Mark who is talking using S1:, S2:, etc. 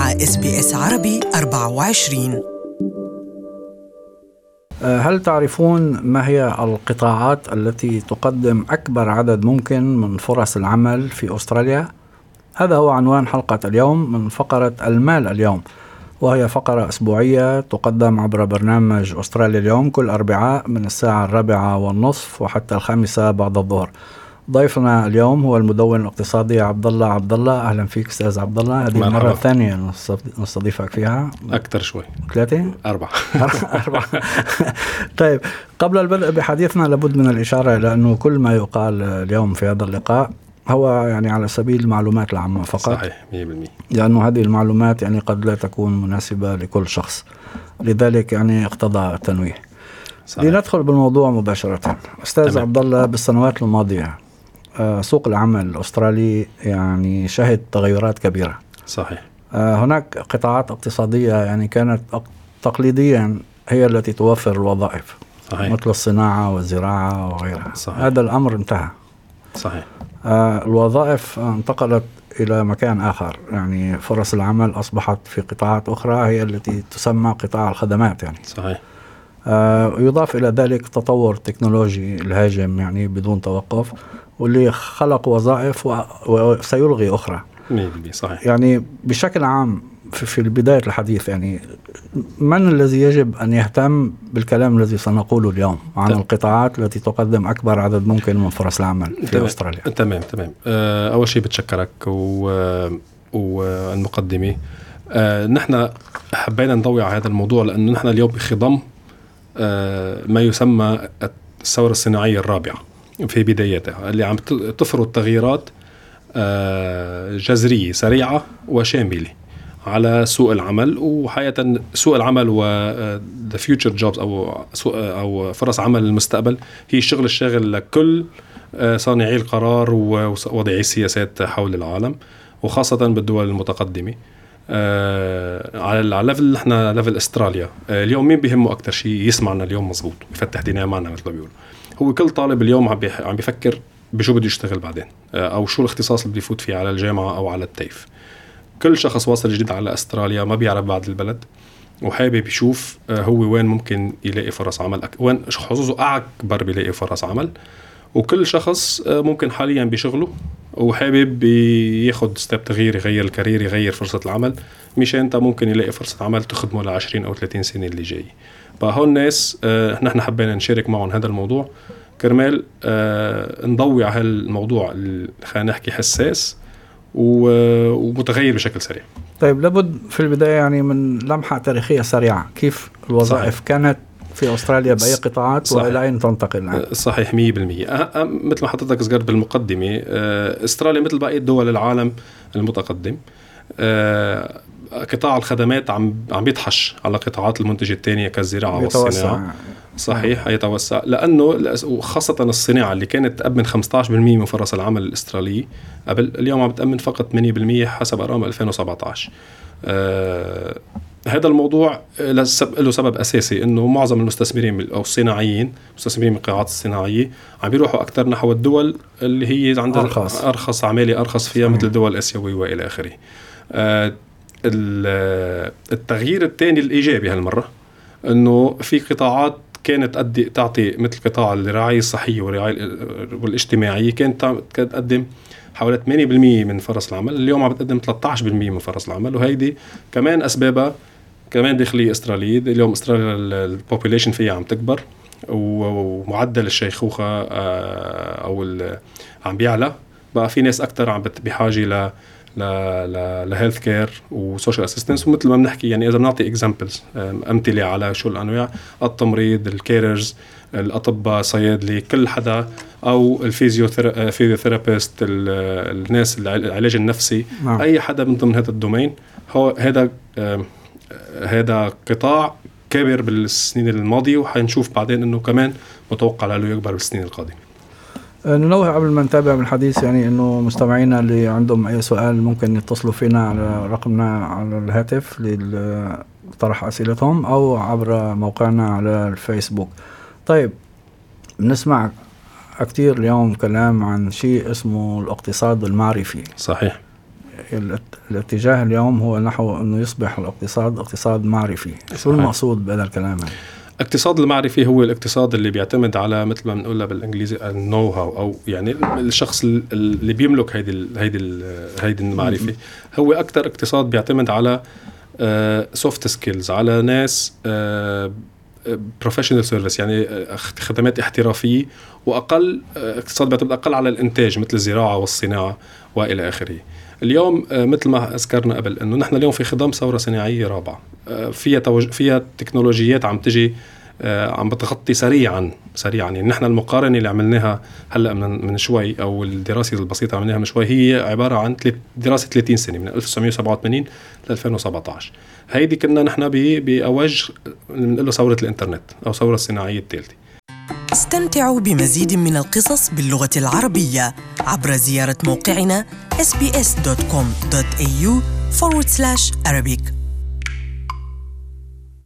S1: مع SBS عربي 24.
S2: هل تعرفون ما هي القطاعات التي تقدم أكبر عدد ممكن من فرص العمل في أستراليا؟ هذا هو عنوان حلقة اليوم من فقرة المال اليوم، وهي فقرة أسبوعية تقدم عبر برنامج أستراليا اليوم كل أربعاء من الساعة 4:30 وحتى 5 بعد الظهر. ضيفنا اليوم هو المدون الاقتصادي عبدالله عبدالله. أهلا فيك أستاذ عبدالله. هذه المرة الثانية نستضيفك فيها.
S3: أكثر شوي
S2: 3
S3: 4
S2: طيب، قبل البدء بحديثنا لابد من الإشارة إلى أنه كل ما يقال اليوم في هذا اللقاء هو يعني على سبيل المعلومات العامة فقط.
S3: صحيح 100%.
S2: لأنه هذه المعلومات يعني قد لا تكون مناسبة لكل شخص، لذلك يعني اقتضى التنويه. لندخل بالموضوع مباشرة. أستاذ عبدالله، بالسنوات الماضية سوق العمل الأسترالي يعني شهد تغيرات كبيرة.
S3: صحيح.
S2: هناك قطاعات اقتصادية يعني كانت تقليديا هي التي توفر الوظائف. صحيح. مثل الصناعة والزراعة وغيرها.
S3: صحيح.
S2: هذا الأمر انتهى.
S3: صحيح.
S2: الوظائف انتقلت إلى مكان آخر، يعني فرص العمل أصبحت في قطاعات أخرى هي التي تسمى قطاع الخدمات يعني.
S3: صحيح.
S2: يضاف إلى ذلك تطور تكنولوجي الهاجم يعني بدون توقف، واللي خلق وظائف وسيلغي أخرى.
S3: 100%. صحيح.
S2: يعني بشكل عام في بداية الحديث، يعني من الذي يجب أن يهتم بالكلام الذي سنقوله اليوم عن القطاعات التي تقدم أكبر عدد ممكن من فرص العمل في أستراليا؟
S3: تمام. أول شيء بتشكرك والمقدمة. نحن حبينا نضوي على هذا الموضوع لأنه نحن اليوم بخضم ما يسمى الثورة الصناعية الرابعة في بدايتها، اللي عم تفرض تغييرات جذرية سريعة وشاملة على سوق العمل. وحقيقة سوق العمل و the future jobs أو فرص عمل المستقبل هي الشغل الشاغل لكل صانعي القرار ووضعي السياسات حول العالم، وخاصة بالدول المتقدمة. على ليفل احنا ليفل استراليا اليوم مين بيهمه أكتر شيء يسمعنا اليوم مزبوط يفتح ديننا معنا مثل ما بيقولوا؟ هو كل طالب اليوم عم بيفكر بشو بده يشتغل بعدين، أو شو الاختصاص اللي بده يفوت فيه على الجامعة أو على التيف. كل شخص واصل جديد على أستراليا ما بيعرف بعد البلد وحابب يشوف هو وين ممكن يلاقي فرص عمل، وين حظوظه أكبر بيلاقي فرص عمل. وكل شخص ممكن حاليا بشغله وحابب ياخد ستيب تغيير، يغير الكارير، يغير فرصة العمل، مشان انت ممكن يلاقي فرصة عمل تخدمه ل20 أو 30 سنة اللي جاي. فهون الناس نحن حبينا نشارك معهم هذا الموضوع كرمال نضوي على هالموضوع اللي خلينا نحكي حساس ومتغير بشكل سريع.
S2: طيب، لابد في البداية يعني من لمحة تاريخية سريعة، كيف الوظائف صحيح. كانت في أستراليا بأي قطاعات وإلى أين تنتقل الآن؟
S3: صحيح 100%. مثل ما حضرتك ذكرت بالمقدمة، أستراليا مثل باقي دول العالم المتقدم قطاع الخدمات عم بيتحش على قطاعات المنتجة الثانية كالزراعة والصناعة. صحيح. يتوسع لأنه خاصة الصناعة اللي كانت تأمن 15% من فرص العمل الأسترالية قبل، اليوم عم بتأمن فقط 8% حسب أرقام 2017. هذا الموضوع له سبب أساسي، إنه معظم المستثمرين أو الصناعيين مستثمرين من القطاعات الصناعية عم بيروحوا أكثر نحو الدول اللي هي عندها أرخص عمالة أرخص فيها مثل الدول الآسيوية وإلى آخره. التغيير الثاني الإيجابي هالمرة إنه في قطاعات كانت تعطي مثل قطاع الرعاية الصحية والرعاية والاجتماعية كانت تقدم حوالي 8% من فرص العمل، اليوم عم بتقدم 13% من فرص العمل. وهيدي كمان أسبابها كمان داخلية أسترالية. اليوم أستراليا البوبوليشن فيها عم تكبر ومعدل الشيخوخة عم بيعلى، بقى في ناس أكتر عم بحاجة لهيلث كير وسوشيال اسيستنس. ومثل ما بنحكي يعني إذا بنعطي اكزامبلز أمثلة على شو الأنواع: التمريض، الكيررز، الأطباء، صيادلي، كل حدا، أو الفيزيوثيرابيست، الناس العلاج النفسي. أي حدا من ضمن هذا الدومين. هو هذا قطاع كبير بالسنين الماضية، وحنشوف بعدين إنه كمان متوقع له يكبر بالسنين القادمة.
S2: ننوه قبل ما نتابع بالحديث يعني إنه مستمعينا اللي عندهم أي سؤال ممكن يتصلوا فينا على رقمنا على الهاتف لطرح أسئلتهم أو عبر موقعنا على الفيسبوك. طيب، بنسمع كتير اليوم كلام عن شيء اسمه الاقتصاد المعرفي.
S3: صحيح.
S2: الاتجاه اليوم هو نحو أنه يصبح الاقتصاد اقتصاد معرفي. شو المقصود بهذا الكلام؟
S3: الاقتصاد المعرفي هو الاقتصاد اللي بيعتمد على مثل ما بنقولها بالانجليزي النو هاو، او يعني الشخص اللي بيملك هيدي المعرفة. هو اكثر اقتصاد بيعتمد على سوفت سكيلز، على ناس بروفيشنال سيرفيس، يعني خدمات احترافية، واقل اقتصاد بيعتمد اقل على الانتاج مثل الزراعة والصناعة والى اخره. اليوم مثل ما أذكرنا قبل أنه نحن اليوم في خضم ثورة صناعية رابعة، فيها تكنولوجيات عم تجي عم بتغطي سريعا. يعني نحن المقارنة اللي عملناها هلأ من شوي، أو الدراسة البسيطة عملناها من شوي، هي عبارة عن دراسة 30 سنة من 1987 ل 2017. هيدي كنا نحن بأوج بنقول له ثورة الإنترنت أو ثورة الصناعية الثالثة.
S1: استمتعوا بمزيد من القصص باللغة العربية عبر زيارة موقعنا sbs.com.au/Arabic.